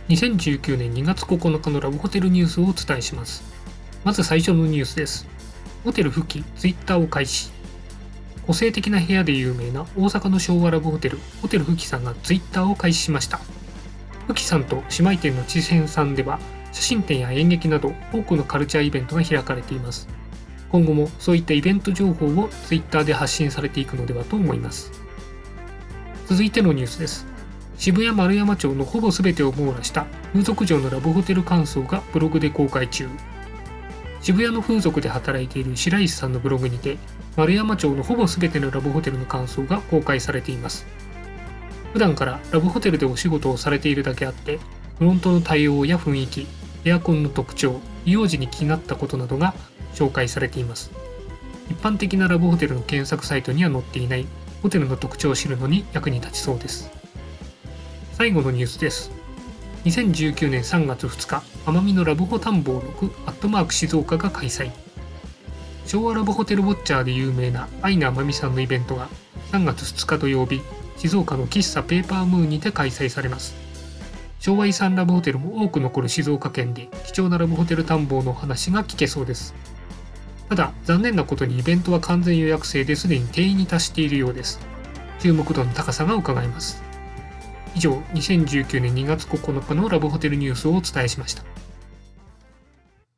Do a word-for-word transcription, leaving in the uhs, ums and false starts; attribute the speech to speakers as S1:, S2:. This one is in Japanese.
S1: にせんじゅうきゅうねんにがつここのかのラブホテルニュースをお伝えします。まず最初のニュースです。ホテル復帰、ツイッターを開始。個性的な部屋で有名な大阪の昭和ラブホテル、ホテル復帰さんがツイッターを開始しました。復帰さんと姉妹店の知仙さんでは、写真展や演劇など多くのカルチャーイベントが開かれています。今後もそういったイベント情報をツイッターで発信されていくのではと思います。続いてのニュースです。渋谷丸山町のほぼ全てを網羅した風俗嬢のラブホテル感想がブログで公開中。渋谷の風俗で働いている白石さんのブログにて、丸山町のほぼ全てのラブホテルの感想が公開されています。普段からラブホテルでお仕事をされているだけあって、フロントの対応や雰囲気、エアコンの特徴、利用時に気になったことなどが紹介されています。一般的なラブホテルの検索サイトには載っていないホテルの特徴を知るのに役に立ちそうです。最後のニュースです。にせんじゅうきゅうねんさんがつふつか、奄美のラブホ探訪ろくアットマーク静岡が開催。昭和ラブホテルウォッチャーで有名なアイナ奄美さんのイベントがさんがつふつか土曜日、静岡の喫茶ペーパームーンにて開催されます。昭和遺産ラブホテルも多く残る静岡県で貴重なラブホテル探訪のお話が聞けそうです。ただ残念なことにイベントは完全予約制ですでに定員に達しているようです。注目度の高さが伺えます。以上、にせんじゅうきゅうねんにがつここのかのラブホテルニュースをお伝えしました。